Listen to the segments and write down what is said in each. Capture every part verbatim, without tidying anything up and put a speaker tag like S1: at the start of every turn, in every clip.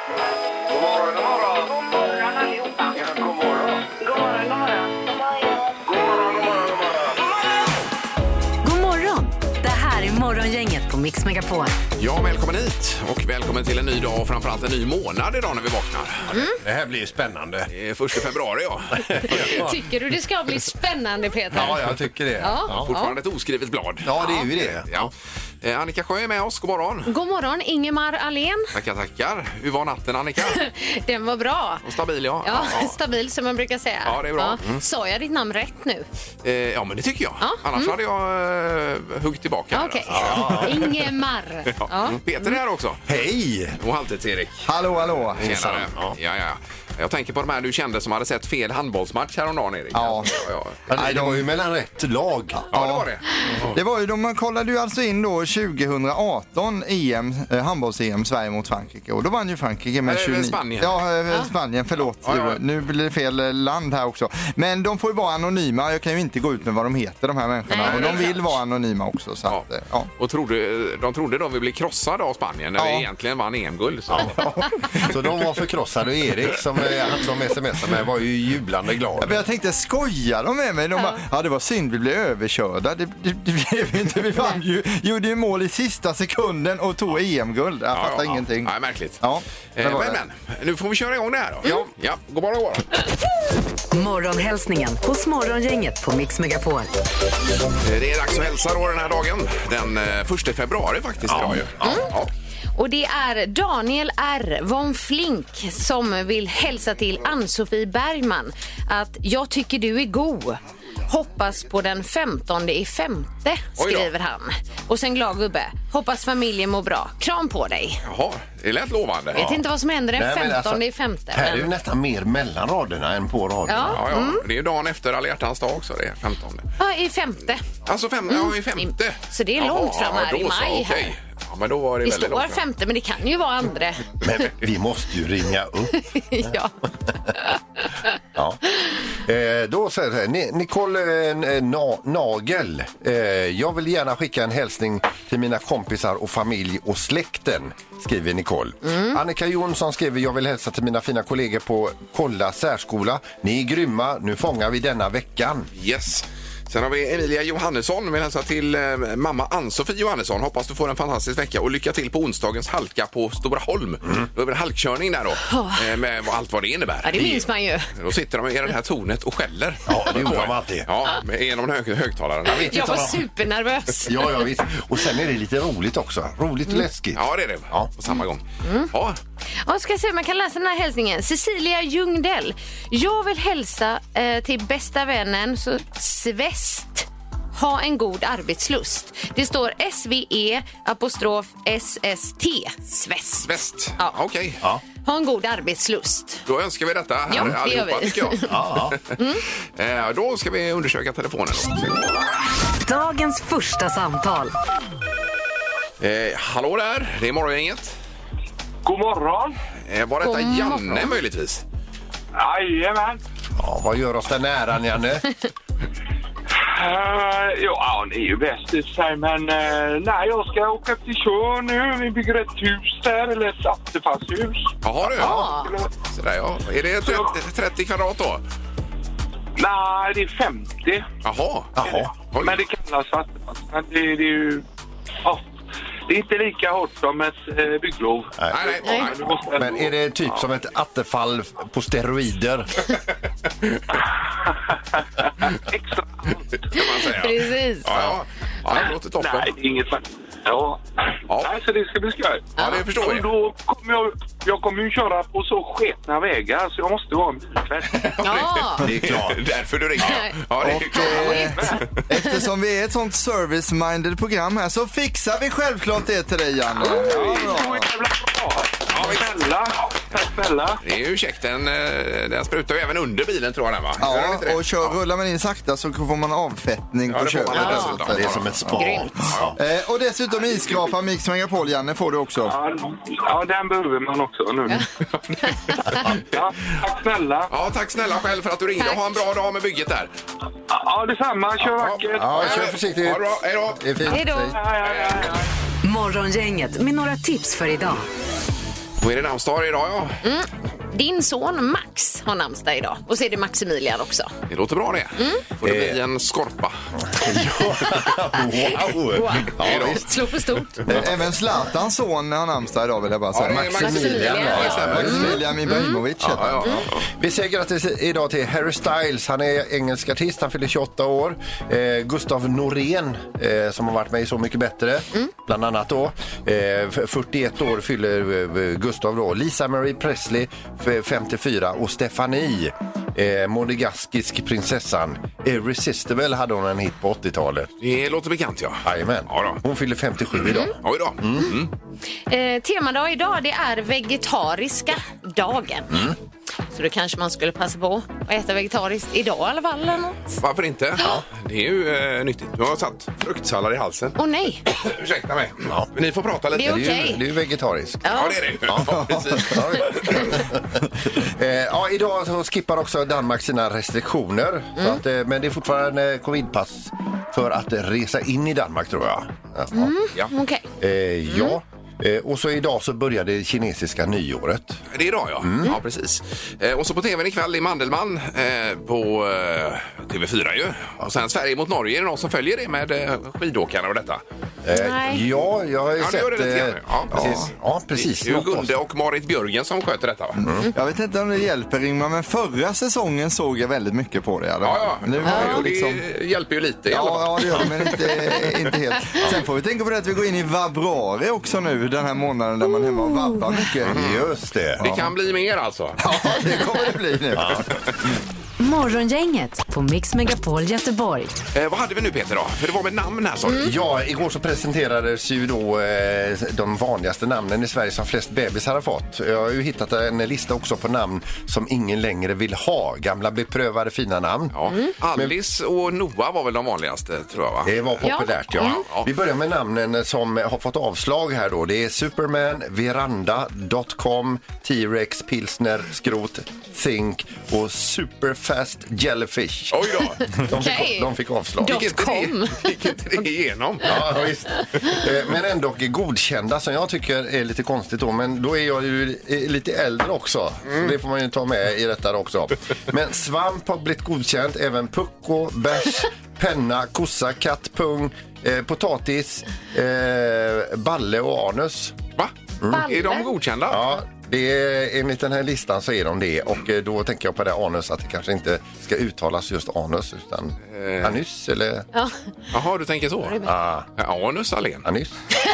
S1: God morgon, god morgon. God morgon allihopa. Ja, god morgon. God morgon, god morgon. God morgon, god morgon, god morgon.
S2: God morgon. Det här är Morgongänget på Mix Megapol.
S3: Ja, välkommen hit och välkommen till en ny dag och framförallt en ny månad idag när vi vaknar.
S4: Mm. Det här blir ju spännande.
S3: Det är första februari, ja.
S5: Tycker du det ska bli spännande, Peter?
S4: Ja, jag tycker det.
S5: Ja.
S3: Ja, fortfarande ett oskrivet blad.
S4: Ja, det är ju det.
S3: Ja. Eh, Annika Sjö är med oss, god morgon.
S5: God morgon, Ingemar Ahlén.
S3: Tackar, tackar. Hur var natten, Annika?
S5: Den var bra.
S3: Och stabil, ja.
S5: Ja, stabil som man brukar säga.
S3: Ja, det är bra. Mm.
S5: Sa jag ditt namn rätt nu?
S3: Eh, ja, men det tycker jag.
S5: Ja.
S3: Annars
S5: Mm.
S3: hade jag eh, huggit tillbaka här.
S5: Okej.
S3: Alltså.
S5: Ingemar.
S3: Ja.
S5: Ja.
S3: Peter är här också.
S4: Hej!
S3: Och Halvtids-Erik.
S4: Hallå, hallå.
S3: Tjenare. Ja. Ja, ja. Jag tänker på de här du kände som hade sett fel handbollsmatch häromdagen, Erik.
S6: Ja.
S3: Ja, ja.
S4: Nej, det var ju mellan rätt lag.
S3: Ja, det var det.
S6: Det var ju, de kollade ju alltså in då tjugohundraarton E M, eh, handbolls-E M, Sverige mot Frankrike. Och då vann ju Frankrike med
S3: Eller
S6: tjugonio...
S3: Spanien.
S6: Ja, eh, Spanien, förlåt.
S3: Ja, ja.
S6: Nu blir det fel land här också. Men de får ju vara anonyma. Jag kan ju inte gå ut med vad de heter, de här människorna.
S5: Nej,
S6: och
S5: det är
S6: de vill
S5: klart.
S6: vara anonyma också. Så
S3: Ja.
S6: att, eh, ja.
S3: Och trodde, de trodde de ville bli krossade av Spanien när
S6: Ja.
S3: vi egentligen vann E M-guld. Så.
S4: Så de var förkrossade och Erik som eh, han som smsade med var ju jublande glad.
S6: Ja, men jag tänkte, skojar de med mig? De bara, ja, det var synd, vi blev överkörda. Det, det, det blev inte. Vi vann ju, gjorde ju mål i sista sekunden och tog E M-guld. Jag fattar
S3: ja,
S6: ingenting.
S3: Ja, märkligt.
S6: Ja, det
S3: Eh,
S6: var
S3: men,
S6: det.
S3: men, nu får vi köra igång det här då. Ja, ja. God morgon, god morgon.
S2: Morgonhälsningen hos Morgongänget på Mix Megapol.
S3: Eh, Det är dags att hälsa då den här dagen. Den eh, första februari faktiskt.
S4: Ja.
S3: Idag, ju. Ja. Ja.
S5: Och det är Daniel R. von Flink som vill hälsa till Ann-Sofie Bergman att jag tycker du är god. Hoppas på den femtonde i femte,
S3: Oj då.
S5: skriver han. Och sen glad gubbe. Hoppas familjen mår bra. Kram på dig.
S3: Jaha, det lät lovande.
S5: Vet inte vad som händer den
S4: Nej, men
S5: femtonde
S4: alltså,
S5: i femte.
S4: Här är
S5: men-
S4: ju nästan mer mellan raderna än på raderna.
S5: Ja.
S3: Ja, ja. Det är ju dagen efter alla hjärtans dag också, det är femtonde.
S5: Ja, i femte.
S3: Alltså fem, ja, i femte.
S5: Så det är långt fram här
S3: ja,
S5: i
S3: då så,
S5: maj här.
S3: okej. Ja, men då var det,
S5: Det
S3: väldigt
S5: står
S3: långt fram.
S5: femte, men det kan ju vara andra.
S4: Men vi måste ju ringa upp.
S5: Ja.
S4: Ja. Eh, då säger det här, Ni- Nicole eh, Na- Nagel. Eh, jag vill gärna skicka en hälsning till mina kompisar och familj och släkten, skriver Nicole.
S5: Mm.
S4: Annika Jonsson skriver, jag vill hälsa till mina fina kollegor på Kolla särskola. Ni är grymma, nu fångar vi denna veckan.
S3: Yes. Sen har vi Emilia Johannesson. Vill hälsa till eh, mamma Ann-Sofie Johannesson. Hoppas du får en fantastisk vecka och lycka till på onsdagens halka på Stora Holm. Mm. Då är det halkkörning där då.
S5: Oh.
S3: Eh, med allt vad det innebär.
S5: Ja, det minns man ju.
S3: Då sitter de i det här tornet och skäller.
S4: Ja, det gjorde de alltid.
S3: Ja, med genom hög, högtalaren.
S5: Jag var supernervös.
S4: Ja, ja, visst. Och sen är det lite roligt också. Roligt och läskigt.
S3: Ja, det är det.
S4: Ja.
S3: På samma gång. Ja.
S5: Ja, ska se om man kan läsa den här hälsningen. Cecilia Ljungdell. Jag vill hälsa eh, till bästa vännen så Svest. Ha en god arbetslust. Det står S V E apostrof S S T. Svest.
S3: Väst.
S5: Ja.
S3: Okej.
S4: Ja.
S5: Ha en god arbetslust.
S3: Då önskar vi detta här
S5: Ja, det gör
S3: allihopa,
S5: vi.
S3: tycker jag.
S4: Ja,
S3: Eh, Då ska vi undersöka telefonen.
S2: Dagens första samtal.
S3: Eh, hallå där, det är Morgongänget.
S1: God morgon.
S3: Eh, var detta
S5: God morgon.
S3: Janne möjligtvis?
S1: Jajamän.
S4: ja, vad gör oss den äran, Janne?
S1: Uh, ja, det är ju bäst i sig, men uh, nej, jag ska åka upp till Tjörn nu. Vi bygger ett hus där, eller ett attefallshus.
S3: Jaha du.
S5: Ja.
S3: Så där, ja. Är det trettio, trettio kvadrat då?
S1: Nej, det är femtio.
S3: Jaha.
S4: Jaha.
S3: Oj.
S1: Men det kallas för attefalls. Men det, det är ju... Ja, det är inte lika hårt som ett uh, bygglov.
S3: Nej, nej, nej.
S1: Men, du måste
S4: Men är det typ som ett attefall på steroider?
S1: extra
S3: Kan man säga.
S5: Precis.
S3: Ja, ja. Ja, det låter toppen.
S1: Nej, det är inget... Ja.
S3: Ja.
S1: Nej, så det ska bli skoj.
S3: Ja, det förstår
S1: Och
S3: jag.
S1: då kommer jag... Jag kommer ju köra på så sketna vägar, så jag måste ha en biltvätt.
S5: Ja.
S4: Det är klart.
S3: Därför du ringer. Ja, det är
S6: Och
S3: klart.
S6: eh, eftersom vi är ett sånt service-minded program här så fixar vi självklart det till dig, Janne. Ja,
S1: Så
S6: bra.
S1: jävla bra.
S3: Ja, visst.
S1: Snälla. Tack snälla.
S3: Det är ju käckt. Den, eh, den sprutar ju även under bilen, tror jag den, va? Gör den inte det?
S6: Ja, och kör, rullar man in sakta så får man avfettning
S3: Ja,
S6: på
S3: det får man
S6: köret.
S3: dessutom.
S4: Det är som ett spa.
S5: Grymt.
S4: Ja.
S6: Eh, och dessutom isskrapa Mix Megapol, Janne, får du också.
S1: Ja, ja, den behöver man också nu. Ja, tack snälla.
S3: Ja, tack snälla själv för att du ringde.
S5: Tack.
S3: Ha en bra dag med bygget där.
S1: Ja, detsamma. Kör vackert.
S4: Ja, kör försiktigt.
S3: Ha det bra. Hej då.
S4: Det är fint.
S5: Hej då.
S4: Säg.
S1: Ja, ja, ja, ja.
S2: Morgongänget med några tips för idag.
S3: Då är det namnsdag idag, ja.
S5: Mm. Din son Max har namnsdag idag. Och så är det Maximilian också.
S3: Det låter bra det. Mm. Får det bli en skorpa.
S4: Wow!
S5: Wow.
S3: Ja, visst.
S5: Slå för stort.
S6: Även Zlatans son har namnsdag idag, vill jag bara säga.
S3: Ja, det är
S5: Maximilian.
S3: Ja, det stämmer.
S6: Maximilian Ibrahimovic heter han.
S3: Ja, ja, ja.
S4: Vi säger grattis idag till Harry Styles. Han är engelsk artist, han fyller tjugoåtta år. Eh, Gustav Norén eh, som har varit med i Så mycket bättre, mm. bland annat då. Eh, fyrtioett år fyller eh, Gustav då. Lisa Marie Presley femtiofyra och Stefanie, eh, monegaskisk prinsessan. Irresistible hade hon en hit på åttiotalet.
S3: Det låter bekant, ja.
S4: Jajamän.
S3: Ja då.
S4: Hon fyller femtiosju idag.
S3: Ja, idag. Mm. Mm.
S5: Eh, temadag idag, det är vegetariska dagen. Mm. Så då kanske man skulle passa på att äta vegetariskt idag i alla fall eller något.
S3: Varför inte? Ja. Det är ju eh, nyttigt. Nu har jag satt fruktsallad i halsen.
S5: Åh nej.
S3: Ursäkta mig. Ja. Men ni får prata lite.
S5: Det är
S4: Det är
S5: okej.
S4: ju, det är ju vegetariskt.
S5: Ja.
S3: Ja, det är det ju. Ja, precis.
S4: eh, ja, idag så skippar också Danmark sina restriktioner.
S5: Mm.
S4: Så att, eh, men det är fortfarande covidpass för att resa in i Danmark, tror jag. Ja.
S5: Mm.
S3: Ja.
S5: Okej.
S4: Eh, ja. Eh, och så idag så började det kinesiska nyåret.
S3: Det är idag, ja.
S4: Mm.
S3: Ja, precis. Eh, och så på tvn ikväll i Mandelmann eh, på eh, T V fyra ju. Och sen Sverige mot Norge. Är det någon som följer det med eh, skidåkarna och detta?
S4: Eh,
S5: Nej.
S4: ja, jag har ju
S3: Ja, det
S4: sett...
S3: gör det lite grann.
S4: eh,
S3: Ja, precis.
S4: Ja, precis.
S3: Det är ju
S4: Något
S3: Gunde
S4: avsnitt.
S3: och Marit Björgen som sköter detta, va?
S4: Mm.
S6: Jag vet inte om det hjälper, Ingmar, men förra säsongen såg jag väldigt mycket på det.
S3: Ja, ja.
S6: Nu var
S3: ja,
S6: jag
S3: det
S6: liksom...
S3: hjälper ju lite i alla fall.
S6: Ja, ja, det gör det, men inte, inte helt. Sen får vi tänka på det att vi går in i vabruari också nu, den här månaden där man är hemma och vabbar mycket.
S4: Just det.
S3: Det kan bli mer alltså.
S6: Ja, det kommer det bli nu.
S2: Morgongänget på Mix Megapol Göteborg.
S3: Eh, vad hade vi nu, Peter, då? För det var med namn här, sa du.
S4: Ja, igår så presenterades ju då eh, de vanligaste namnen i Sverige som flest bebisar har fått. Jag har ju hittat en lista också på namn som ingen längre vill ha. Gamla beprövade fina namn.
S3: Ja. Alice och Noah var väl de vanligaste, tror jag, va?
S4: Det var populärt, ja.
S3: Mm. Ja.
S4: Vi börjar med namnen som har fått avslag här då. Det är Superman, Veranda, .com, T-Rex, Pilsner, Skrot, Think och Superfast Jellyfish.
S3: Oj då.
S4: De fick,
S5: Okej.
S4: de fick avslag.
S5: Dot
S3: Gick inte
S5: com.
S3: det, gick inte det igenom?
S4: Ja, visst. Eh, Men ändå godkända som jag tycker är lite konstigt då. Men då är jag ju lite äldre också. Så det får man ju ta med i detta också. Men svamp har blivit godkänt. Även pucko, bärs, penna, kossa, katt, pung, eh, potatis, eh, balle och anus.
S3: Va?
S5: Balle.
S3: Är de godkända?
S4: Ja, det är, enligt den här listan så är de det. Och eh, då tänker jag på det anus, att det kanske inte ska uttalas just anus utan
S3: Eh.
S4: anus eller
S5: Ja.
S3: Jaha, du tänker så?
S4: ah,
S3: Ja, anus, Alén.
S4: anus.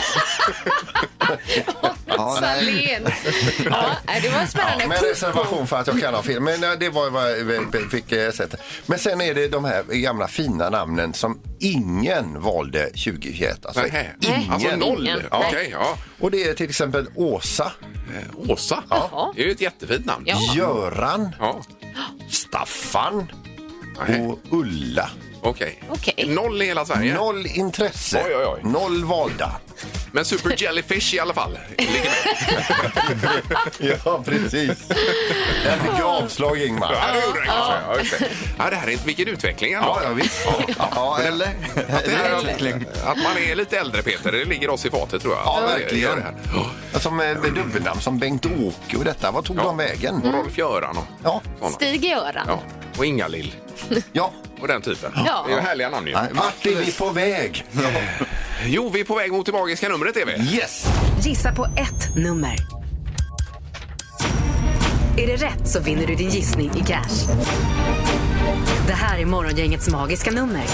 S6: Ja, nej.
S5: Salén. Ja, det var spännande.
S4: Ja, med reservation för att jag kan ha fel. Men eh, det var vad jag fick eh, sett. Men sen är det de här gamla fina namnen som ingen valde tjugohundratjugoett. Alltså,
S3: Nähä.
S4: ingen.
S3: Alltså noll?
S5: Ingen.
S3: Ja.
S5: Nej.
S3: Okej, ja.
S4: Och det är till exempel Åsa,
S3: Eh, Åsa?
S5: Ja.
S3: Det är ju ett jättefint namn.
S5: Ja.
S4: Göran,
S3: Ja.
S4: Staffan
S3: Nej.
S4: och Ulla.
S3: Okej.
S5: Okej.
S3: Noll i hela Sverige.
S4: Noll intresse,
S3: Oj, oj, oj.
S4: noll valda.
S3: Men Super Jellyfish i alla fall ligger med.
S4: Ja, precis. Jag fick ju avslag, Ingmar.
S3: Ja, det gjorde det kanske. Ja, just det. Ja, det här är inte vilken utveckling ändå.
S4: Ja, ja, visst.
S6: Ja, eller?
S3: Att, det här, att man är lite äldre, Peter, det ligger oss i fatet, tror jag.
S4: Ja,
S3: Det
S4: verkligen.
S3: gör det här. Ja.
S4: Som med dubbelnamn som Bengt-Åke och detta. Vad tog de vägen?
S3: Och Rolf Göran och
S4: Ja,
S3: sådana.
S5: Stig-Göran.
S3: Ja. Och Inga-Lill
S4: ja.
S3: och den typen.
S5: Ja.
S3: Det är ju härliga namn ju.
S4: Nej, vart är vi på väg?
S3: Jo, vi är på väg mot det magiska numret, är vi.
S4: Yes!
S2: Gissa på ett nummer. Är det rätt så vinner du din gissning i cash. Det här är Morgongängets magiska nummer.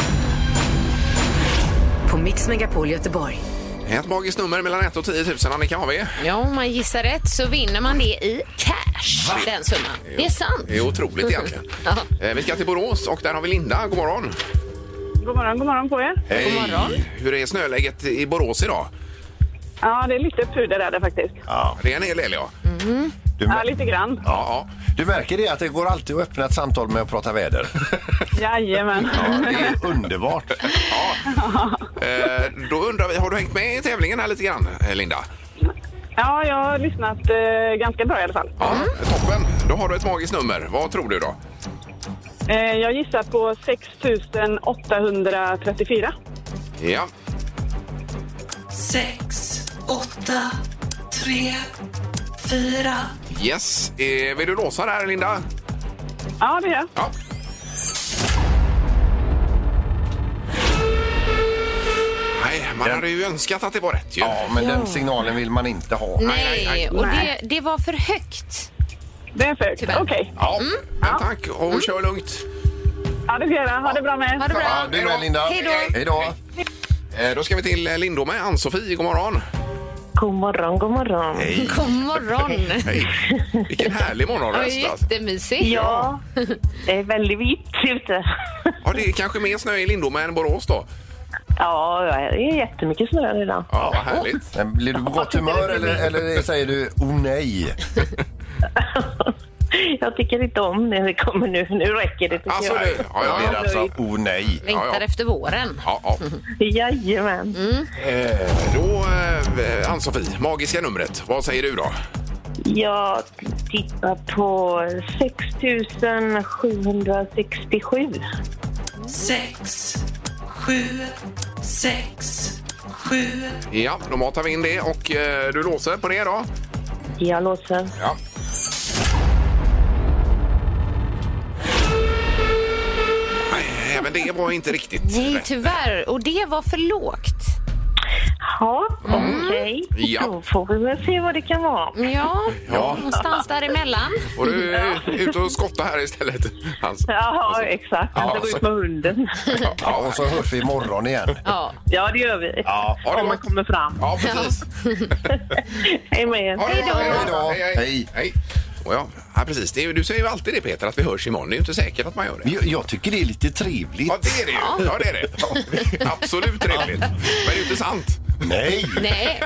S2: På Mix Megapol Göteborg.
S3: Ett magiskt nummer mellan ett och tio tusen, Annika, har vi.
S5: Ja, om man gissar rätt så vinner man det i cash, den summan. Det är sant.
S3: Det är otroligt egentligen.
S5: Ja.
S3: Eh, Vi ska till Borås och där har vi Linda. God morgon.
S7: God morgon, god morgon på er.
S3: Hej.
S5: God morgon.
S3: Hur är snöläget i Borås idag?
S7: Ja, det är lite puder där det faktiskt.
S4: Ja,
S3: Det är en hel del, ja.
S4: du,
S7: Ja, lite grann.
S3: Ja,
S4: du märker det att det går alltid att öppna ett samtal med att prata väder.
S7: Jajamän.
S4: Ja, det är underbart.
S3: ja. Eh, Då undrar vi, har du hängt med i tävlingen här lite grann, eh, Linda?
S7: Ja, jag har lyssnat eh, ganska bra i alla fall.
S3: Ja, toppen. Då har du ett magiskt nummer. Vad tror du då?
S7: Eh, jag gissar på sex tusen åttahundratrettiofyra.
S3: Ja.
S8: Sex, åtta, tre, fyra.
S3: Yes. Eh, vill du låsa där, Linda?
S7: Ja, det är jag.
S3: Ja. Nej, man hade ju önskat att det var rätt ju.
S4: Ja, men den signalen vill man inte ha.
S5: Nej,
S3: nej, nej.
S5: och det, det var för högt.
S7: Det är för
S5: Tyvärr.
S7: Okej.
S3: Ja, men tack och kör lugnt.
S7: Ja, det ska jag göra. Ha det bra med.
S5: Ha det bra.
S4: Ja, du med, Linda.
S5: Hej då.
S4: Hej då.
S3: Eh, då ska vi till Lindome. Ann-Sofie, god morgon.
S9: God morgon, god morgon.
S3: Hej.
S5: God morgon.
S3: Hej. Vilken härlig morgonröst.
S5: Ja,
S3: Alltså.
S5: jättemysigt.
S9: Ja, det är väldigt vitt ute.
S3: Ja, det är kanske mer snö i Lindome än Borås då.
S9: Ja, det är jättemycket snö redan.
S3: Ja, vad härligt.
S4: Men blir du på gott humör eller, eller säger du oh nej?
S9: Jag tycker inte om när det kommer nu. Nu räcker det, tycker
S3: Alltså,
S9: jag.
S3: det, ja, ja,
S4: Blir det alltså oh nej?
S5: Längtar
S3: Ja, ja.
S5: efter våren.
S3: Ja, ja.
S9: Jajamän.
S3: Eh, då, eh, Ann-Sofie, magiska numret. Vad säger du då?
S9: Jag tittar på sex tusen sjuhundrasextiosju.
S8: sex, sju, sex, sju.
S3: Ja, då matar vi in det och eh, du låser på det då?
S9: Jag låser.
S3: Ja. Nej, även det var inte riktigt
S5: Nej,
S3: rätt.
S5: tyvärr. Och det var för lågt.
S9: Ja, okej.
S3: Ja.
S9: Då får vi väl se vad det kan vara.
S5: Ja,
S3: Ja.
S5: någonstans däremellan.
S3: Och du är ute och skotta här istället. Hans.
S9: Ja, exakt. Jag ska gå ut med hunden.
S4: Ja, och så hörs vi imorgon igen.
S5: Ja.
S9: Ja, det gör vi.
S4: Ja,
S3: Ja, det
S9: Om
S3: var...
S9: man kommer fram.
S3: ja precis.
S9: Hej med er.
S3: Ha det bra.
S5: Hej
S4: då.
S3: Hej, hej.
S4: Hej.
S3: Hej. Och ja, ja, precis. Det är, du säger ju alltid det, Peter, att vi hörs imorgon. Det är ju inte säkert att man gör det.
S4: Jag, jag tycker det är lite trevligt.
S3: Ja, det är det ju. Ja, det är det. Ja, det är absolut trevligt. Men det är ju inte sant.
S4: Nej!
S5: Nej.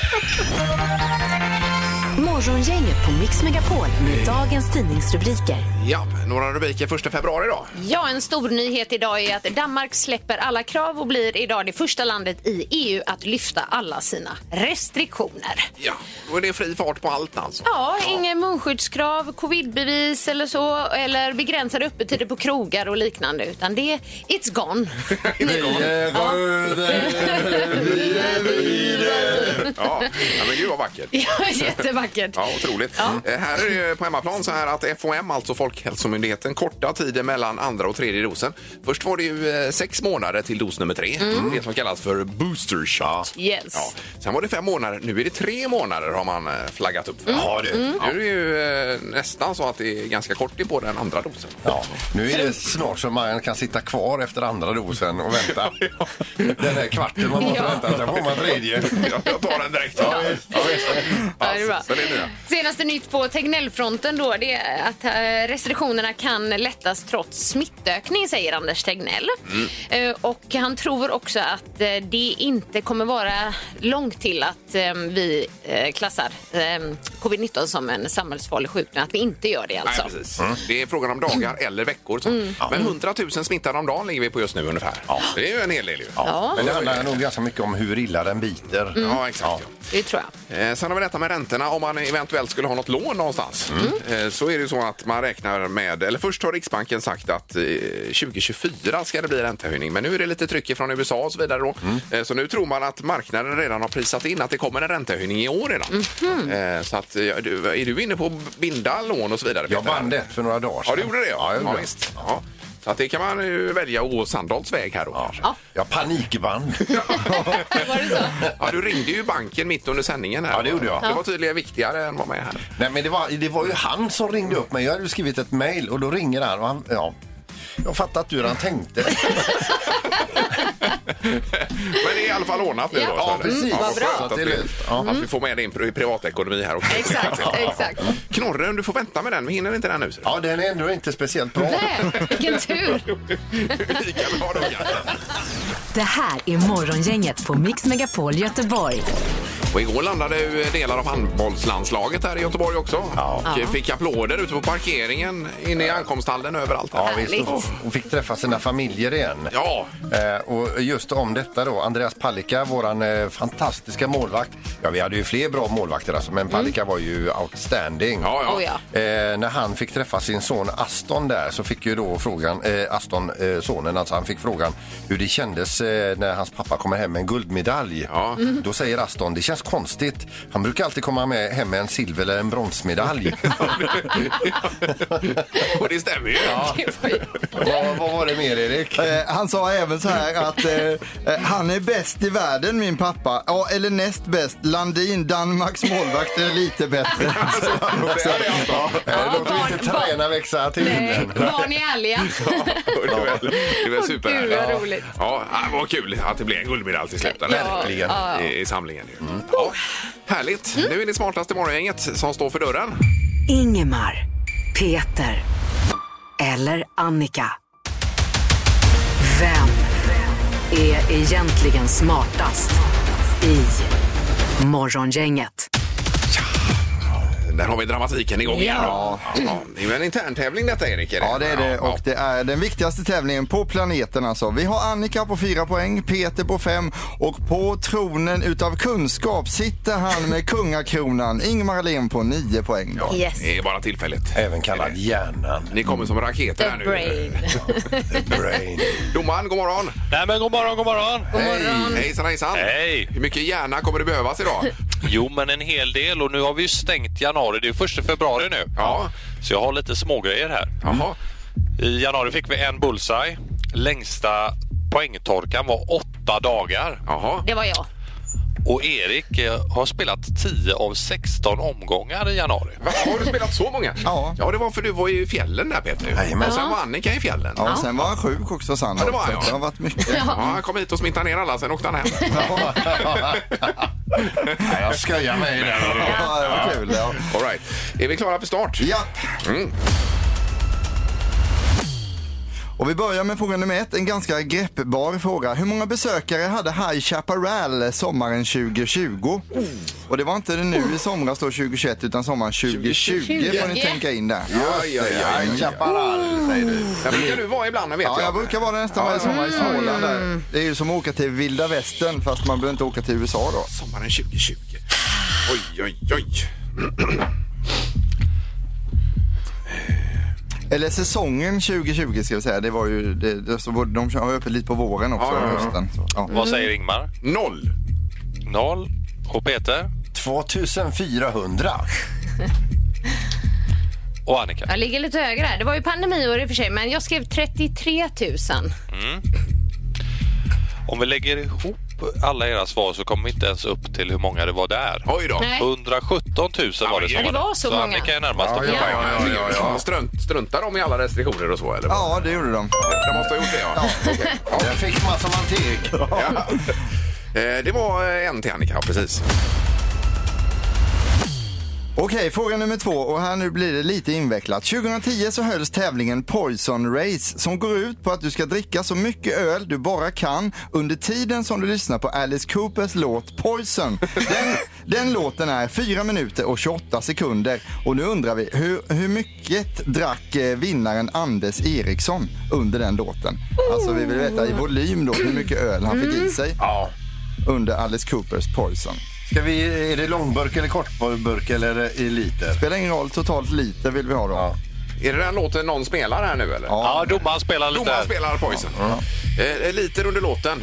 S2: Morgongänget på Mix Megapol med dagens tidningsrubriker.
S3: Ja, några rubriker första februari då.
S5: Ja, en stor nyhet idag är att Danmark släpper alla krav och blir idag det första landet i E U att lyfta alla sina restriktioner.
S3: Ja, då är det fri fart på allt alltså.
S5: Ja, inga munskyddskrav, covidbevis eller så, eller begränsade öppettider på krogar och liknande, utan det it's gone.
S4: Vi är röda, vi är vidare.
S3: Ja, ja, men gud vad vackert.
S5: Ja, jättevackert.
S3: Ja, otroligt.
S5: Ja.
S3: Eh, Här är det ju på hemmaplan så här att F H M, alltså Folkhälsomyndigheten, kortar tiden mellan andra och tredje dosen. Först var det ju eh, sex månader till dos nummer tre.
S5: Mm.
S3: Det som kallas för booster shot.
S5: Yes.
S3: Ja. Sen var det fem månader. Nu är det tre månader har man eh, flaggat upp för.
S4: Ja, du.
S3: Nu är det ju eh, nästan så att det är ganska kort på den andra dosen.
S4: Ja, nu är det snart som man kan sitta kvar efter andra dosen och vänta. Den där kvarten man måste
S5: Ja.
S4: vänta, sen får man tredje.
S3: Ja, jag tar den direkt. Ja, visst. Ja, visst.
S5: Ja, det är bra.
S3: Så det är nya.
S5: Senaste nytt på Tegnell-fronten då, det är att eh, restriktionerna kan lättas trots smittökning, säger Anders Tegnell. Eh, och han tror också att eh, det inte kommer vara långt till att eh, vi eh, klassar eh, covid nitton som en samhällsfarlig sjukdom, att vi inte gör det alltså.
S3: Nej, precis. Det är frågan om dagar eller veckor. Så. Men hundratusen smittade om dagen ligger vi på just nu ungefär. Ja. Det är ju en hel del ju.
S5: Ja,
S4: Men det handlar nog ganska mycket om hur illa den biter.
S3: Ja, exakt. Ja.
S5: det tror jag.
S3: Eh, sen har vi detta med räntorna. Om man eventuellt skulle ha något lån någonstans eh, så är det så att man räknar med, eller först har Riksbanken sagt att eh, tjugo tjugofyra ska det bli räntehöjning, men nu är det lite tryck från U S A och så vidare då. Eh, så nu tror man att marknaden redan har prisat in att det kommer en räntehöjning i år redan. Eh, så att, ja, du, är du inne på att binda lån och så vidare?
S4: Jag
S3: Peter?
S4: vann det för några dagar sedan.
S3: Ja, du gjorde det?
S4: Ja, jag gjorde
S3: ja,
S4: det.
S3: visst. Ja. Så att det kan man ju välja att gå Sandals väg här då.
S4: Ja.
S3: kanske.
S5: Ja.
S4: Jag panikvann.
S5: Var det så?
S3: Ja, du ringde ju banken mitt under sändningen här.
S4: Ja, det gjorde jag.
S3: Det var tydligen viktigare än vad med här.
S4: Nej, men det var, det var ju han som ringde upp mig. Jag hade skrivit ett mejl och då ringer han och han, ja, jag fattar att hur han tänkte.
S3: Men det är i alla fall ordnat nu
S5: Ja.
S3: då.
S4: Ja,
S3: så är det.
S4: precis.
S3: Ja,
S5: Vad bra.
S3: skönt att,
S4: Det är
S3: vi,
S4: lugnt. Ja.
S3: att vi får med din pri- privatekonomi här också.
S5: Exakt, exakt.
S3: Knorren, du får vänta med den. Vi hinner inte den nu. Så.
S4: Ja, den är ändå inte speciellt bra.
S5: Nej, vilken tur.
S3: Lika bra då, ja.
S2: Det här är Morgongänget på Mix Megapol Göteborg.
S3: Och igår landade ju delar av handbollslandslaget här i Göteborg också.
S4: Ja.
S3: Och fick applåder ute på parkeringen, inne i ankomsthallen, överallt.
S4: Ja,
S5: Härligt.
S4: visst. Och, och fick träffa sina familjer igen.
S3: Ja.
S4: Eh, och just om detta då, Andreas Palicka, våran eh, fantastiska målvakt. Ja, vi hade ju fler bra målvakter alltså, men Palicka var ju outstanding.
S3: Ja, ja.
S5: Oh, ja.
S4: Eh, när han fick träffa sin son Aston där så fick ju då frågan, eh, Aston, eh, sonen, alltså han fick frågan hur det kändes eh, när hans pappa kommer hem med en guldmedalj.
S3: Ja.
S4: Då säger Aston, det känns känns konstigt. Han brukar alltid komma med hem med en silver eller en bronsmedalj.
S3: Och det stämmer ju.
S4: Ja. vad, vad var det mer, Erik?
S6: Eh, han sa även så här att eh, han är bäst i världen, min pappa. Ja, eller näst bäst. Landin, Danmarks målvakt, är lite bättre.
S4: Ja, låter inte träna växa till himlen.
S5: Barn är ärliga.
S3: Det var super.
S5: Gud, vad roligt.
S3: Ja, det var kul att det blev en guldmedalj till slut.
S5: Ja,
S3: Verkligen.
S5: ja.
S3: I, i samlingen. Mm. Ja, härligt. Mm. Nu är det smartaste morgongänget som står för dörren.
S2: Ingemar, Peter eller Annika. Vem är egentligen smartast i morgongänget?
S3: Där har vi dramatiken igång igen.
S6: Ja.
S3: Ja, det är ju en intern tävling detta, Erik. Är det?
S6: Ja, det är det. Och det är den viktigaste tävlingen på planeten. Alltså. Vi har Annika på fyra poäng, Peter på fem och på tronen utav kunskap sitter han med kungakronan. Ingmar Ahlén på nio poäng. Då.
S5: Yes.
S3: Det är bara tillfälligt.
S4: Även kallad hjärnan.
S3: Ni kommer som raketer
S5: The
S3: här nu.
S5: brain.
S4: The brain.
S3: Domaren, god morgon.
S10: Nej men god morgon, god morgon.
S5: God morgon.
S3: Hej, hejsan, hejsan.
S10: Hej.
S3: Hur mycket hjärna kommer det behövas idag?
S10: Jo men en hel del och nu har vi ju stängt januari. Det är ju första februari nu.
S3: Ja.
S10: Så jag har lite smågrejer här.
S3: Jaha.
S10: I januari fick vi en bullseye. Längsta poängtorkan var åtta dagar.
S3: Jaha.
S5: Det var jag.
S10: Och Erik eh, har spelat tio av sexton omgångar i januari.
S3: Va, har du spelat så många?
S6: Ja.
S3: Ja, det var för du var i fjällen där, Peter.
S4: Jajamän.
S3: Och sen var Annika i fjällen.
S6: Ja, sen var han sjuk också, Sandra.
S3: Ja, det var han,
S6: Så
S3: ja.
S6: det har varit mycket.
S3: Ja, han kom hit och smittade ner alla, sen åkte han hem.
S4: Ja, jag skojar med dig där.
S6: Ja, det var kul. Ja.
S3: All right. Är vi klara för start?
S6: Ja.
S3: Mm.
S6: Och vi börjar med fråga nummer ett, en ganska greppbar fråga. Hur många besökare hade High Chaparral sommaren tjugo tjugo? Oh. Och det var inte det nu i somras då tjugo tjugoett utan sommaren tjugo tjugo får ni tänka in där.
S3: Ja, ja, ja.
S4: High Chaparral, säger du.
S3: Där brukar du vara ibland, vet
S6: Ja,
S3: jag.
S6: jag brukar vara nästan varje sommar i Småland där. Det är ju som att åka till Vilda Västern fast man behöver inte åka till U S A då.
S3: Sommaren tjugo tjugo. Oj, oj, oj.
S6: Eller säsongen tjugo tjugo ska jag säga. Det var ju, det, det, så de har öppet lite på våren också.
S3: Ja, ja, ja.
S6: Hösten. Så, ja.
S10: Vad säger Ingmar?
S3: Noll.
S10: Noll. Och Peter?
S4: tvåtusenfyrahundra.
S10: Och Annika?
S5: Jag ligger lite högre här. Det var ju pandemiår i och för sig, men jag skrev trettiotre tusen.
S10: Mm. Om vi lägger ihop alla era svar så kommer vi inte ens upp till hur många det var där.
S3: Oj då.
S5: Nej.
S10: hundrasjutton tusen var det som
S5: Ja, det var så många.
S10: Annika är närmast.
S4: Ja,
S10: Ja,
S4: ja, ja, ja, ja, ja.
S3: Strunt, struntar de i alla restriktioner och så, eller?
S6: Ja, det gjorde de.
S3: De måste ha gjort det, ja. Okej. Ja.
S4: Jag fick matematik.
S3: Ja. Eh, Det var en till Annika, precis.
S6: Okej, fråga nummer två och här nu blir det lite invecklat. tjugohundratio så hölls tävlingen Poison Race som går ut på att du ska dricka så mycket öl du bara kan under tiden som du lyssnar på Alice Coopers låt Poison. Den, den låten är fyra minuter och tjugoåtta sekunder och nu undrar vi hur, hur mycket drack eh, vinnaren Anders Eriksson under den låten? Alltså vi vill veta i volym då hur mycket öl han fick i sig
S4: Ja.
S6: under Alice Coopers Poison.
S4: Ska vi, är det långburk eller kortburk eller i liter?
S6: Spelar ingen roll, totalt lite vill vi ha då.
S4: Ja.
S3: Är det den låten någon spelar här nu, eller?
S10: ja domaren spelar lite.
S3: Domaren spelar Poison.
S4: Ja.
S3: Eh, liter under låten.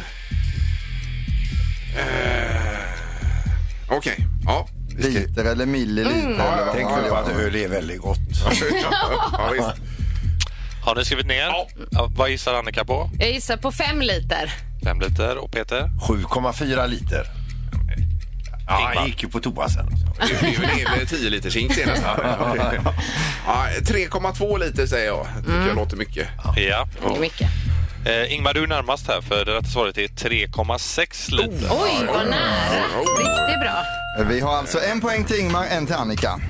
S3: Eh, Okej, ja.
S6: Liter eller milliliter.
S5: Mm.
S6: Eller vad
S4: Tänk
S6: man
S4: på
S6: gör.
S4: att öl är väldigt gott.
S3: Ja, visst.
S10: Har ni skrivit ner?
S3: Ja.
S10: Ja, vad gissar Annika på?
S5: Jag gissar på fem liter.
S10: Fem liter. Och Peter?
S4: sju komma fyra liter. Ja,
S10: Ingmar.
S4: jag gick ju på toa sen.
S3: Det är ju en hel tio liters hink senast. Ja, tre komma två liter säger jag. Det tycker jag låter mycket.
S10: Ja.
S5: Det är mycket.
S10: Eh, Ingmar, du är närmast här för det rätta svaret är tre komma sex liter.
S5: Oj, vad nära. Riktigt bra.
S6: Vi har alltså en poäng till Ingmar, en till Annika.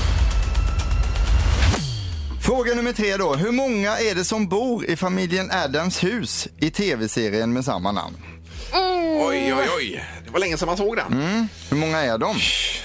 S6: Fråga nummer tre då. Hur många är det som bor i familjen Adams hus i tv-serien med samma namn?
S3: Oj, oj, oj. Det var länge sedan man såg den.
S6: Mm. Hur många är de?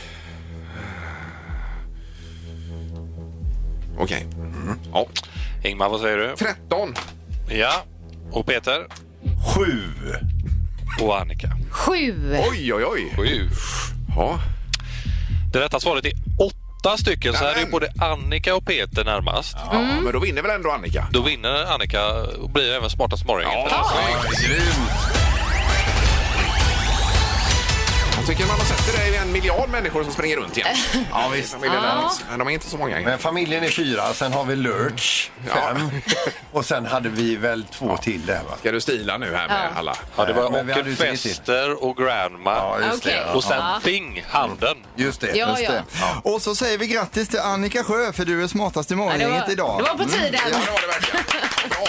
S3: Okej. Mm. Ja.
S10: Ingmar, vad säger du?
S3: tretton.
S10: Ja. Och Peter?
S4: Sju.
S10: Och Annika?
S5: Sju.
S3: Oj, oj, oj.
S10: Sju.
S3: Ja.
S10: Det rätta svaret är åtta stycken. Så här är ju både Annika och Peter närmast.
S3: Ja, men då vinner väl ändå Annika?
S10: Då vinner Annika och blir även smartast morgon.
S3: Ja,
S4: Ja, grymt.
S3: Jag tycker man har sett det, det är en miljard människor som springer runt igen.
S4: Ja, visst.
S3: Familjen ja. Där, de är inte så många.
S4: Men familjen är fyra, sen har vi Lurch, fem. Ja. Och sen hade vi väl två ja. till där, va?
S3: Ska du stila nu här med ja. alla?
S10: Ja, det var Onkel Fester och Grandma.
S4: Ja, just
S5: okay.
S4: det.
S10: Och sen ja. Bing, handen.
S4: Just det.
S5: Ja,
S4: just
S5: ja.
S4: det.
S6: Ja. Och så säger vi grattis till Annika Sjö, för du är smartast i morgongänget
S5: ja,
S6: idag.
S5: Det var på tiden.
S3: Mm. Ja, det var det verkligen. Bra.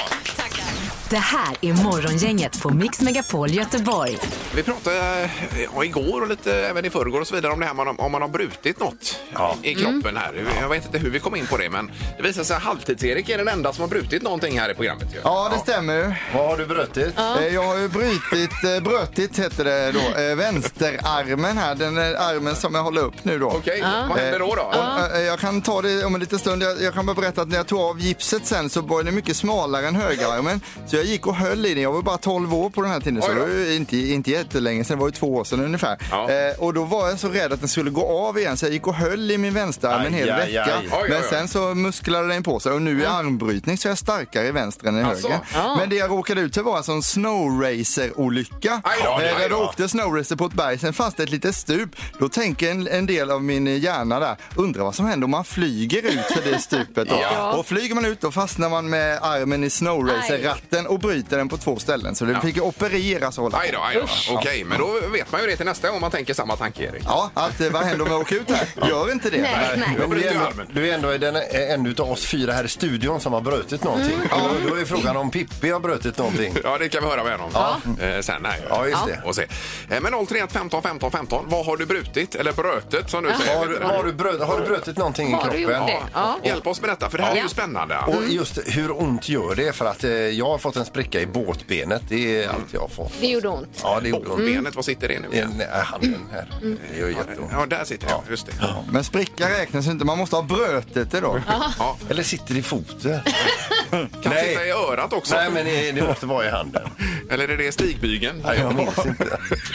S2: Det här är Morgongänget på Mix Megapol Göteborg.
S3: Vi pratade ja, igår och lite även i förrgår och så vidare om det här man, om man har brutit något ja. i kroppen här. Jag vet inte hur vi kom in på det, men det visar sig att Halvtids-Erik är den enda som har brutit någonting här i programmet. Ju.
S6: Ja, det stämmer ju.
S4: Vad har du brutit?
S6: Ja. Jag har ju brutit, brötit heter det då, vänsterarmen här, den armen som jag håller upp nu då.
S3: Okej, okay. ja. Vad händer då då?
S6: Ja. Jag kan ta det om en liten stund. Jag, jag kan bara berätta att när jag tog av gipset sen så var det mycket smalare än högerarmen. Så jag gick och höll i den. Jag var bara tolv år på den här tiden, så det var ju inte, inte jättelänge sedan, det var ju två år sedan ungefär. Ja. Eh, och då var jag så rädd att den skulle gå av igen, så jag gick och höll i min vänsterarm en hel aj, vecka. Aj, aj. Oj, Men oj, oj. sen så musklade den på sig och nu i armbrytning så är jag starkare i vänster än i alltså. höger. Ja. Men det jag råkade ut för var alltså en snowracer-olycka. Aj, eh, jag åkte snowracer på ett berg, sen fanns det ett litet stup. Då tänker en, en del av min hjärna där, undrar vad som händer om man flyger ut för det stupet. Då. Ja. Och flyger man ut, då fastnar man med armen i snowracer-ratten och bryter den på två ställen. Så det ja. fick ju opereras och hålla på.
S3: Aj då, aj då. Okej, okay, men då vet man ju det till nästa gång man tänker samma tanke, Erik.
S6: Ja, att vad händer om jag åker ut här? Gör inte det.
S5: Nej, nej.
S4: Men du är ändå, du är ändå den, en av oss fyra här i studion som har brutit någonting. Mm. Ja, då är frågan om Pippi har brutit någonting.
S3: Ja, det kan vi höra med honom. Ja. Eh, sen här.
S4: Ja, just det.
S3: Och se. Eh, men noll tre ett femton femton femton, vad har du brutit? Eller brötet som du ja. säger?
S4: Har, du, har, du bröt, har du brutit någonting
S5: har
S4: i kroppen?
S5: Ja.
S3: Ja. Hjälp oss med detta, för det här ja. är ju spännande.
S4: Och just hur ont gör det? För att eh, jag har fått en spricka i båtbenet. Det är allt jag har fått.
S5: Det gjorde ont.
S4: Ja, det gjorde ont.
S3: Båtbenet, vad sitter det nu?
S4: I handen här. Mm. Det gör jätteont.
S3: Ja, där sitter jag. Just det.
S6: Ja. Men spricka räknas inte. Man måste ha brötet det då.
S3: Ja.
S4: Eller sitter i foten.
S3: Kan Nej. sitta i örat också.
S4: Nej, men det, det måste vara i handen.
S3: Eller är det stigbygeln?
S4: Nej, jag minns inte.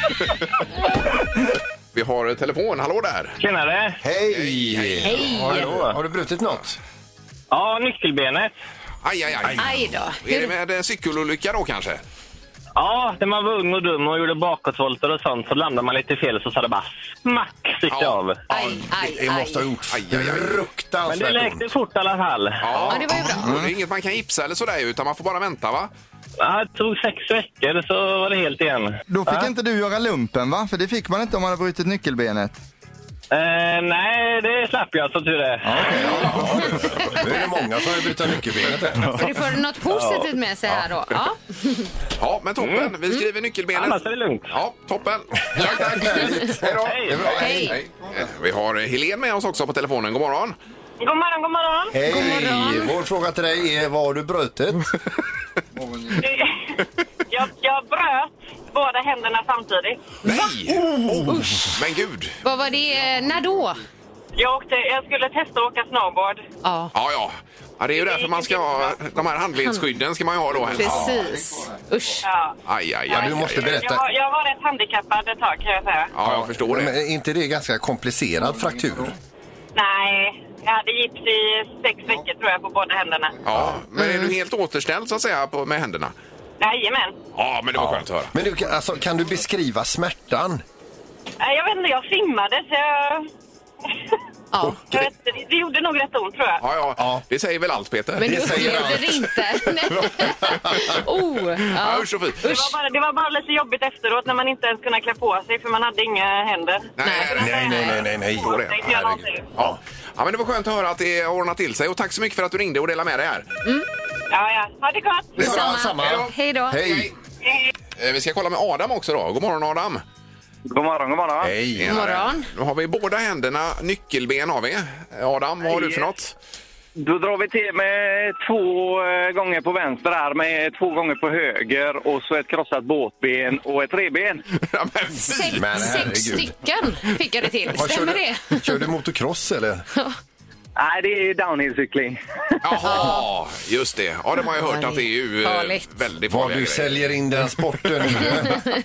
S3: Vi har telefon. Hallå där.
S11: Tjenare.
S4: Hej.
S3: Hej.
S5: Hej.
S4: Hallå. Har du brutit något?
S11: Ja, nyckelbenet.
S3: Aj, aj, aj.
S5: Aj då.
S3: Är det med en cykelolycka då kanske?
S11: Ja, när man var ung och dum och gjorde bakåtvolter och sånt så landade man lite fel så sa det bara smack fick det
S3: ja.
S11: av.
S5: Aj, aj,
S4: det måste ha gjort
S3: aj, aj, aj.
S4: fruktansvärt.
S11: Men det läkte fort i alla fall.
S3: Ja,
S5: ja det var ju bra.
S3: Mm. Det är inget man kan gipsa eller sådär utan man får bara vänta, va?
S11: Ja, det tog sex veckor så var det helt igen.
S6: Då fick
S11: ja.
S6: inte du göra lumpen, va? För det fick man inte om man hade brutit nyckelbenet.
S11: Eh, nej, det slapp jag så tur det.
S4: Ja, okay, ja. Nu är det många som har brutit nyckelbenet här.
S5: För det får något positivt med sig här då. Ja,
S3: ja men toppen. Vi skriver nyckelbenet.
S11: Annars är det lugnt.
S3: Ja, toppen. Tack, tack. Hej då.
S11: Hej.
S5: Hej.
S3: Hej. Vi har Helene med oss också på telefonen. God morgon.
S9: God morgon, god morgon.
S4: Hej.
S5: God morgon.
S4: Vår fråga till dig är, vad har du brutit?
S9: jag, jag bröt båda händerna samtidigt.
S3: Nej! Oh. Men gud.
S5: Vad var det? När då?
S9: Jag, åkte, jag skulle testa att åka snowboard.
S5: Ja.
S3: Ja, ja. Ja, det är ju därför man ska ha de här handledsskydden ska man ju ha då.
S5: Precis. Usch.
S9: Ja.
S3: Aj, aj,
S4: Ja,
S3: aj,
S4: du måste
S3: aj, aj.
S4: berätta.
S9: Jag, var- jag var rätt handikappad ett tag kan jag säga.
S3: Ja, jag förstår
S4: Men
S3: det.
S4: är inte det ganska komplicerad fraktur?
S9: Nej, jag hade gips i sex veckor tror jag på båda händerna.
S3: Ja, men är du helt återställd så att säga på, med händerna?
S9: Jajamän.
S3: Ja, men det var skönt att höra.
S4: Men du, kan- alltså, kan du beskriva smärtan?
S9: Nej, jag vet inte, jag svimmade så jag...
S5: Ja.
S9: jag vet, det, det gjorde nog rätt ont tror jag.
S3: Ja, ja,
S4: Ja.
S3: det säger väl allt, Peter?
S5: Men du
S4: Det säger
S5: upplevde det inte. Nej. oh,
S3: Ja,
S5: ja.
S3: usch och fy.
S9: Det var, bara, det var bara lite jobbigt efteråt när man inte ens kunde klä på sig för man hade inga händer.
S3: Nej, nej,
S4: Nej, nej, nej, nej, nej.
S3: Förstår det.
S9: Tänkte jag
S3: Herregud.
S9: någonting.
S3: Ja. Ja, men det var skönt att höra att det ordnat till sig. Och tack så mycket för att du ringde och delade med dig här.
S9: Ja, ja. Ha det gott.
S3: Det är bra.
S5: Samma.
S3: Samma.
S5: Hej då.
S4: Hej.
S3: Eh, Vi ska kolla med Adam också då. God morgon, Adam.
S11: God morgon, god morgon.
S4: Hej.
S5: God morgon.
S3: Nu har vi båda händerna, nyckelben har vi. Adam, vad har du för något?
S11: Då drar vi till med två eh, gånger på vänster arm, med två gånger på höger och så ett krossat båtben och ett reben.
S3: Ja, men fy.
S5: Sex,
S4: Men
S5: sex
S4: herregud.
S5: stycken fick jag det till.
S4: Vad,
S5: Stämmer
S4: kör
S5: det?
S4: du, kör du motocross eller?
S11: Nej, det är downhillcykling.
S3: Jaha, just det. Ja, de har ju hört att det är ju eh,
S5: Farligt.
S3: väldigt
S4: Vad
S3: farliga
S4: du
S3: grejer.
S4: säljer in den sporten.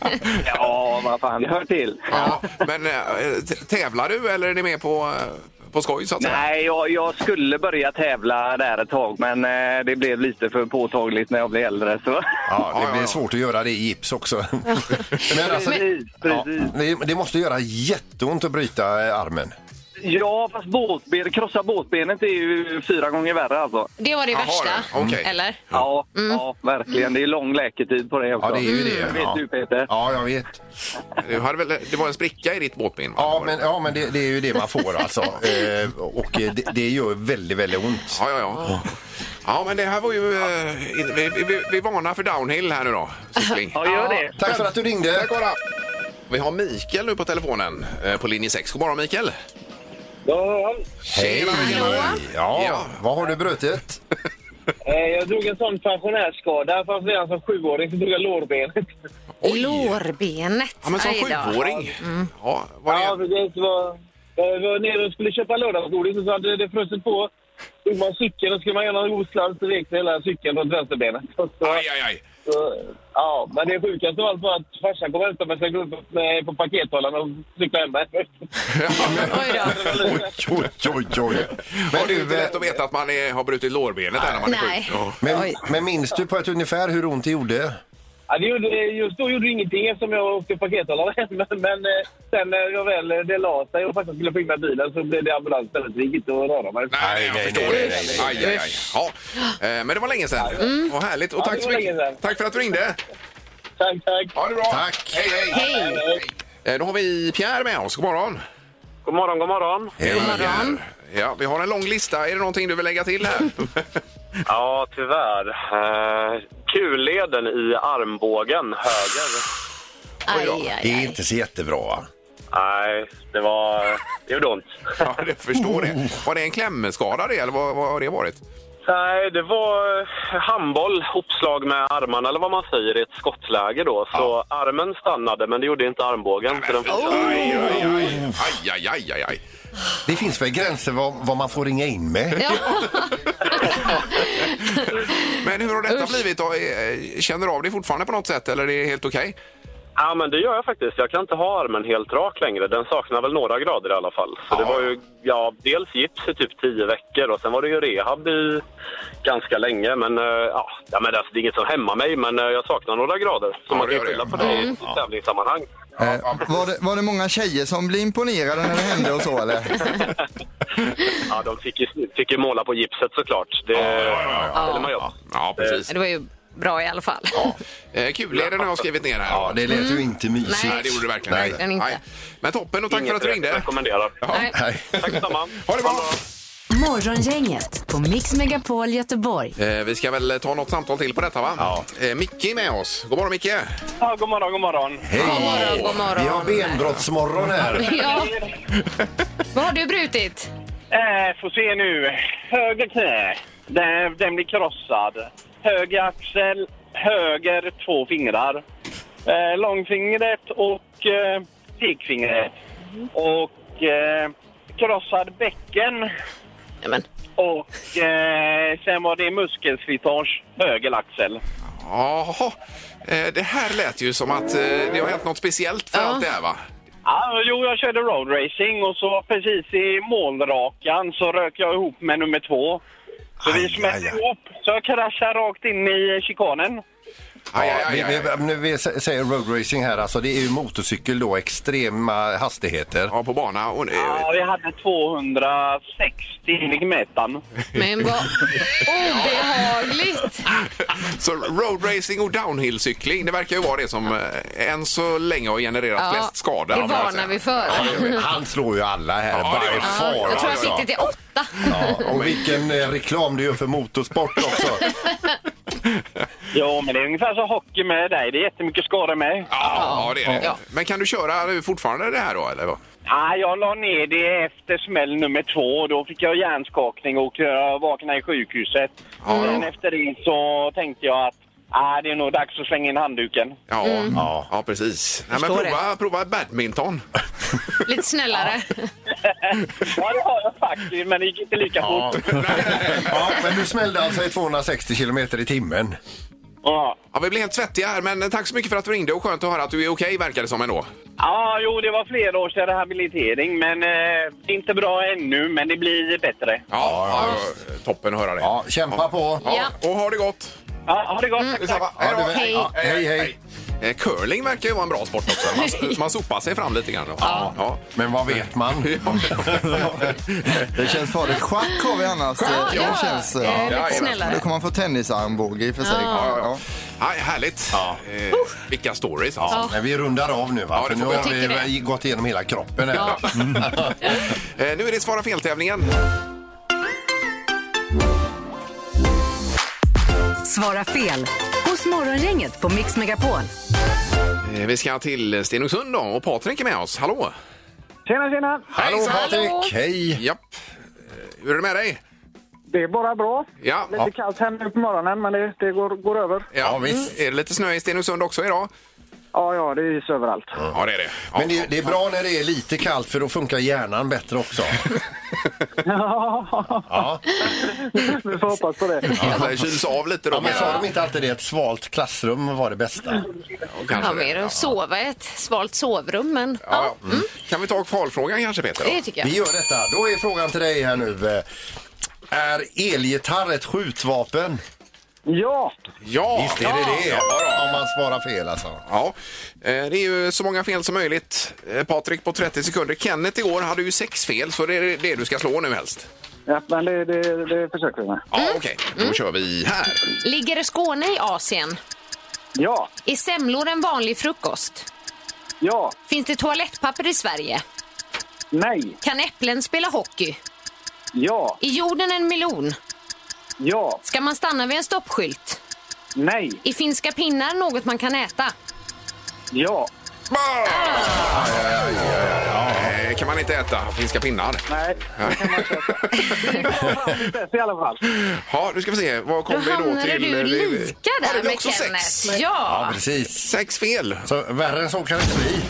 S11: Ja, vad fan, det hör till.
S3: Ja, men eh, t- tävlar du eller är ni med på, eh, på skoj så att säga?
S11: Nej, jag, jag skulle börja tävla där ett tag, men eh, det blev lite för påtagligt när jag blev äldre. Så.
S4: Ja, det blir svårt att göra det i gips också. Men alltså,
S11: Precis,
S4: ja,
S11: precis.
S4: det, det måste göra jätteont att bryta eh, armen.
S11: Ja, fast båtben, krossa båtbenet är ju fyra gånger värre alltså.
S5: Det var det
S3: Jaha,
S5: värsta,
S3: det. Okej.
S5: eller?
S11: Ja, ja, verkligen. Det är lång läketid på det också.
S4: Ja, det är ju det.
S11: Mm. Vet
S4: Ja.
S11: du, Peter?
S4: Ja, jag vet.
S3: Du hade väl, det var en spricka i ditt båtben? va?
S4: Ja, men, ja, men det, det är ju det man får alltså. Eh, och eh, det, det gör väldigt, väldigt ont.
S3: Ja, ja, ja. Ja, men det här var ju... eh, Vi, vi, vi varnar för downhill här nu då. Cykling.
S11: Ja, gör det.
S4: Tack för att du ringde.
S3: Tack, Ara. Vi har Mikael nu på telefonen eh, på linje sex. God morgon, Mikael.
S1: Ja,
S4: Hej. Ja,
S3: Ja.
S4: vad har du brutit?
S1: eh, jag drog en sån pensionärsskada. Fast redan som sjuåring så drog jag lårbenet.
S5: Lårbenet.
S3: Ja, men som
S5: Aj då.
S3: sjuåring. Ja, var
S1: Ja,
S3: det...
S1: precis. Det var, jag var nere och skulle köpa lördagsgodis och så hade det frusit på. Tog man cykeln och skulle man göra en god slarv så vek hela cykeln runt vänsterbenet. Så,
S3: Aj, aj, aj.
S1: så, ja, men det sjukaste av allt var att farsan kom och hämtade mig så jag gå upp med, på pakethållaren och cykla hem mig.
S5: Oj då.
S4: Oj, oj, oj, oj.
S3: Men det är inte lätt att veta att man är, har brutit lårbenet där när man är
S5: Nej.
S3: sjuk. Ja.
S4: Men,
S5: Oj.
S4: men minns du på ett ungefär hur ont det gjorde?
S1: Ja, det gjorde, just då gjorde det ingenting eftersom jag åkte pakethållaren. Men, men eh, sen när jag väl det la sig och faktiskt skulle få in med bilen så blev det ambulans istället. Det gick inte att röra mig.
S3: Nej, jag
S4: nej,
S3: förstår
S4: nej,
S3: det.
S4: nej, nej,
S3: Aj, aj, aj. Ja. Eh, Men det var länge sedan. Vad härligt. Och
S1: Ja,
S3: tack
S1: det
S3: så
S1: var
S3: mycket.
S1: länge sedan.
S3: Tack för att du ringde.
S1: Tack, tack.
S3: Ha det bra.
S4: Tack.
S3: Hej, hej.
S5: Hej.
S3: Eh, Då har vi Pierre med oss. God morgon.
S11: God morgon, god morgon.
S3: Hej, Pierre. Ja, vi har en lång lista. Är det någonting du vill lägga till här?
S11: Ja, tyvärr. Uh, kulleden i armbågen, höger.
S5: Aj, aj,
S4: Det är
S5: aj.
S4: inte så jättebra, va?
S11: Nej, det var... Det gjorde ont.
S3: Ja, det förstår det. Var det en klämmeskada det, eller vad, vad har det varit?
S11: Nej, det var handboll, uppslag med armarna eller vad man säger i ett skottläge då. Så armen stannade men det gjorde inte armbågen. Så den
S3: Aj, aj, aj. Aj, aj, aj, aj.
S4: Det finns väl gränser vad, vad man får ringa in med?
S5: Ja.
S3: Men hur har detta blivit då? Eh, Känner du av det fortfarande på något sätt, eller är det helt okej?
S11: Ja, men det gör jag faktiskt. Jag kan inte ha armen helt rak längre. Den saknar väl några grader i alla fall. Så
S3: Ja.
S11: det var ju, ja, dels gips i typ tio veckor och sen var det ju rehab i ganska länge. Men eh, ja, ja men alltså, det är inget som hämmar mig, men eh, jag saknar några grader. Så
S3: Ja,
S11: man
S3: det
S11: kan
S3: gör det.
S11: skylla på det i
S3: Ja.
S11: tävlingssammanhang.
S6: Eh, var, det, var det många tjejer som blev imponerade när det hände och så, eller?
S11: Ja, de fick ju, fick ju måla på gipset såklart. Det ställer man ju upp.
S3: Ja, precis.
S5: Det var ju bra i alla fall.
S3: Ja. Eh, Kulleden har jag skrivit ner här.
S4: Ja, det lät ju inte mysigt.
S3: Nej, det gjorde det verkligen
S4: Nej.
S3: inte.
S5: Den inte.
S3: Nej. Men toppen, och tack för
S11: Inget
S3: att du
S11: rätt
S3: ringde.
S11: rekommenderar.
S3: Ja.
S5: Nej.
S4: Nej.
S11: Tack detsamma.
S3: Ha det bra.
S2: Morgongänget på Mix Megapol Göteborg.
S3: Eh, vi ska väl ta något samtal till på detta, va?
S4: Ja.
S3: Eh, Micke är med oss. God morgon, Micke.
S11: Ja, god morgon, god morgon.
S4: Hej!
S5: God morgon, god morgon.
S4: Vi har benbrottsmorgon här.
S5: Ja. Vad har du brutit?
S11: Eh, får se nu. Höger knä. Den, den blir krossad. Höger axel. Höger två fingrar. Eh, långfingret och eh, pekfingret. Och eh, krossad bäcken.
S5: Nämen.
S11: Och eh, sen var det muskelslitage. Höger axel.
S3: Jaha. Eh, det här lät ju som att eh, det har hänt något speciellt för
S5: Ja.
S3: allt det här, va?
S11: Ja, jo, jag körde roadracing och så precis i målrakan så rök jag ihop med nummer två. Så
S4: Aj,
S11: vi smällde
S4: aj, aj.
S11: ihop. Så jag kraschade rakt in i chikanen.
S3: Aj,
S4: Ja,
S3: aj, aj,
S4: vi,
S3: aj.
S4: vi, nu vi säger road racing här, alltså det är ju motorcykel då, extrema hastigheter.
S3: Ja, på bana. Och, eh,
S11: Ja, vi hade tvåhundrasextio i metan.
S5: Men vad obehagligt.
S3: Så roadracing och downhillcykling, det verkar ju vara det som eh, än så länge har genererat
S5: Ja,
S3: flest skador.
S5: det varnar vi för.
S4: Han slår ju alla här,
S3: Ja, det
S4: by
S3: gör han.
S4: far.
S5: Jag tror jag
S4: alltså.
S5: fick det till åtta.
S4: Ja, och vilken eh, reklam du gör för motorsport också.
S11: Ja, men det är ungefär så hockey med dig. Det är jättemycket skador med.
S3: Ja, ja, det är det.
S5: Ja.
S3: Men kan du köra fortfarande det här då, eller vad?
S11: Ja, jag la ner det efter smäll nummer två. Då fick jag hjärnskakning och jag vaknade i sjukhuset. Men efter det så tänkte jag att ah, det är nog dags att slänga in handduken.
S3: Ja,
S5: Mm.
S3: ja. ja precis. Nej, men
S5: Förstår
S3: prova, prova badminton.
S5: Lite snällare.
S11: Ja, det har jag faktiskt, men det gick inte lika
S4: Ja.
S11: fort.
S4: Ja, men du smällde alltså i tvåhundrasextio kilometer i timmen.
S11: Ja.
S3: Ja, vi blir helt svettiga här, men tack så mycket för att du ringde och skönt att höra att du är okej, verkar det som ändå.
S11: Ja, jo, det var flera års rehabilitering, men eh, det är inte bra ännu, men det blir bättre.
S3: Ja, ja, toppen att höra det.
S4: Ja, kämpa på.
S3: Ja. Och ha det gott.
S11: Ja, ha det gott.
S5: Mm.
S11: Tack, tack.
S3: Hej då.
S5: Hej.
S3: Ja,
S4: Hej, hej.
S3: Eh, Curling verkar ju vara en bra sport också. Man, man sopar sig fram lite grann. Då.
S5: Ja.
S3: Ja.
S4: Men vad vet man?
S6: Det känns farligt. Schack har vi annars.
S5: Ja,
S6: Det
S5: ja.
S6: känns,
S5: Eh,
S6: ja.
S5: lite
S3: ja, ja.
S5: snällare.
S6: Då kan man få tennisarmbåge i och för sig.
S3: Ja, ja. Ja, härligt. Ja. Eh, vilka stories alltså.
S4: Ja, men vi rundar av nu va?
S3: Ja, det
S4: För nu
S3: får vi
S4: har
S5: göra.
S4: vi gått igenom hela kroppen här.
S5: Ja.
S3: Eh, nu är det Svara fel-tävlingen.
S2: Svara fel hos Morgongänget på Mix Megapol.
S3: Eh, vi ska till Stenungsund då, och Patrik är med oss. Hallå!
S7: Tjena, tjena.
S4: Hallå Patrik, hej!
S3: Japp. Eh, hur är det med dig?
S7: Det är bara bra.
S3: Ja.
S7: Lite kallt här nu på morgonen, men det, det går, går över.
S3: Ja, visst. Är det lite snö i Stenungsund också idag?
S7: Ja, ja, det är is överallt.
S3: Ja, det är det. Ja.
S4: Men det, det är bra när det är lite kallt för då funkar hjärnan bättre också.
S7: Ja, vi får hoppas på det.
S3: Ja, det kyls av lite då.
S4: Ja, men sa de inte alltid det? Ett svalt klassrum var det bästa.
S3: Ja, kanske
S5: Ja,
S3: det.
S5: mer att sova i ett svalt sovrum, men
S3: Ja, ja. Mm. Kan vi ta kvalfrågan kanske, Peter? Då?
S5: det tycker jag.
S4: Vi gör detta. Då är frågan till dig här nu. Är elgitarr ett skjutvapen?
S7: Ja,
S3: Ja,
S4: Visst är det det.
S3: Ja, då.
S4: Om man svarar fel alltså.
S3: Ja, eh, det är ju så många fel som möjligt. Eh, Patrik på trettio sekunder. Kenneth igår hade ju sex fel, så det är det du ska slå nu helst.
S7: ja men det, det, det försöker vi med.
S3: Ja, okej. Då kör vi här.
S5: Ligger Skåne i Asien?
S7: Ja,
S5: Är semlor en vanlig frukost?
S7: ja,
S5: Finns det toalettpapper i Sverige?
S7: nej,
S5: Kan äpplen spela hockey?
S7: ja,
S5: Är jorden en melon?
S7: ja,
S5: Ska man stanna vid en stoppskylt?
S7: nej,
S5: Är finska pinnar något man kan äta?
S7: ja,
S3: Eh, kan man inte äta finska pinnar?
S7: nej. Det kan man inte äta. Det är bra fram till dess i alla fall.
S3: Ja, nu ska vi se. Vad
S5: Då
S3: kommer vi då
S5: hamnade
S3: till?
S5: du lika
S3: Ja, det
S5: där
S3: blir
S5: med
S3: också
S5: Kenneth.
S3: sex.
S5: Ja.
S4: Precis.
S3: Sex fel.
S4: Så värre än så kan det inte bli.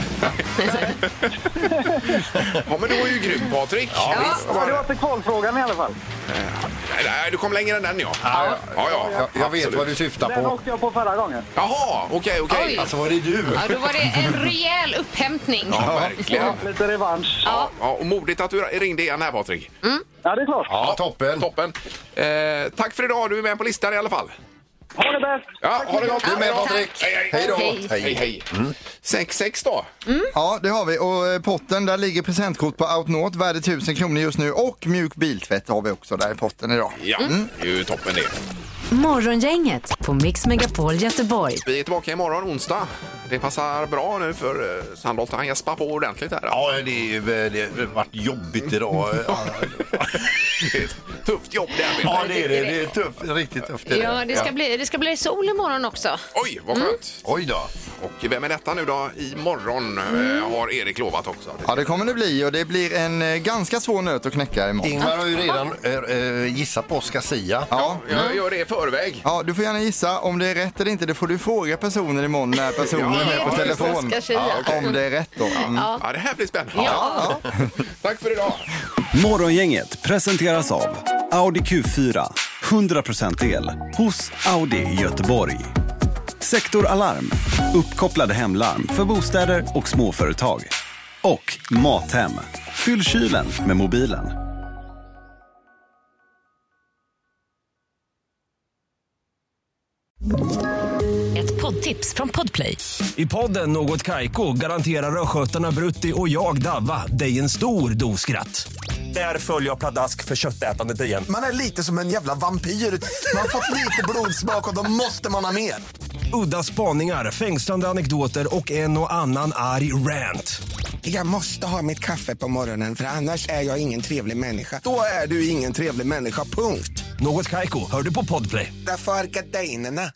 S3: Ja, men du var ju grym, Patrik.
S4: Ja,
S3: Ja,
S4: visst.
S7: Ja, det var till kvalfrågan i alla fall.
S3: Nej, nej, du kom längre än den, ja. Ja, ja. ja,
S4: Jag, jag vet
S3: absolut.
S4: vad du syftar
S7: Den
S4: på.
S7: åkte jag på förra gången.
S3: Jaha, okej, okej.
S5: Oj.
S4: Alltså var det du?
S5: Ja, då var det en rejäl upphämtning.
S3: Ja, verkligen.
S7: Lite revansch.
S3: Ja, ja, och modigt att du ringde igen här, Patrik.
S7: Ja, det är klart.
S4: Ja, toppen.
S3: Toppen. Eh, tack för idag. Du är med på listan i alla fall.
S7: Ha det bäst.
S3: Ja, ha det gott.
S4: Du är med
S5: Ja,
S4: Patrik.
S5: tack.
S3: Hej, hej.
S4: Hej då.
S5: Hej.
S3: Hej, hej. sex sex då.
S6: Ja, det har vi. Och eh, potten, där ligger presentkort på Outnaught, värde tusen kronor just nu. Och mjuk biltvätt har vi också där i potten idag.
S3: Ja, det är ju toppen det.
S2: Morgongänget på Mix Megapol Göteborg.
S3: Vi är tillbaka imorgon onsdag. Det passar bra nu för eh, Sandholt. Han gäspar på ordentligt här.
S4: Ja, det, är- det har varit jobbigt idag. Ja,
S3: Det är ett tufft jobb det här.
S4: ja, det är det. Det är tufft. Riktigt tufft. är
S5: Ja, det ska, Bli, det ska bli sol imorgon också.
S3: Oj, vad skönt.
S4: Oj då.
S3: Och vem är detta nu då? Imorgon eh, har Erik lovat också.
S6: Ja, det kommer det bli. Och det blir en eh, ganska svår nöt att knäcka imorgon.
S4: Ingmar har ju redan äh, äh, gissat på Oscar Sia.
S6: Ja.
S3: Jag gör det i förväg.
S6: Ja, du får gärna gissa om det är rätt eller inte. Det får du fråga personen imorgon när personen
S3: Ja,
S6: är med på
S3: ja,
S6: telefon.
S5: Oscar Sia.
S6: Ja, okej. Om det är rätt då. Mm.
S5: Ja.
S3: Ja, det här blir spännande.
S5: Ja.
S3: Tack för idag.
S12: Morgongänget presenteras av Audi Q fyra, hundra procent el hos Audi i Göteborg. Sektor Alarm, uppkopplade hemlarm för bostäder och småföretag. Och Mathem, fyll kylen med mobilen.
S2: Ett poddtips från Podplay.
S13: I podden Något Kaiko garanterar östgötarna Brutti och jag Davva dig en stor dos skratt. Där följer jag pladask för köttätandet igen.
S14: Man är lite som en jävla vampyr. Man har fått lite blodsmak och då måste man ha mer.
S13: Udda spaningar, fängslande anekdoter och en och annan arg rant.
S14: Jag måste ha mitt kaffe på morgonen för annars är jag ingen trevlig människa. Då är du ingen trevlig människa, punkt.
S13: Något Kaiko, hör du på Podplay.
S14: Därför är gardinerna.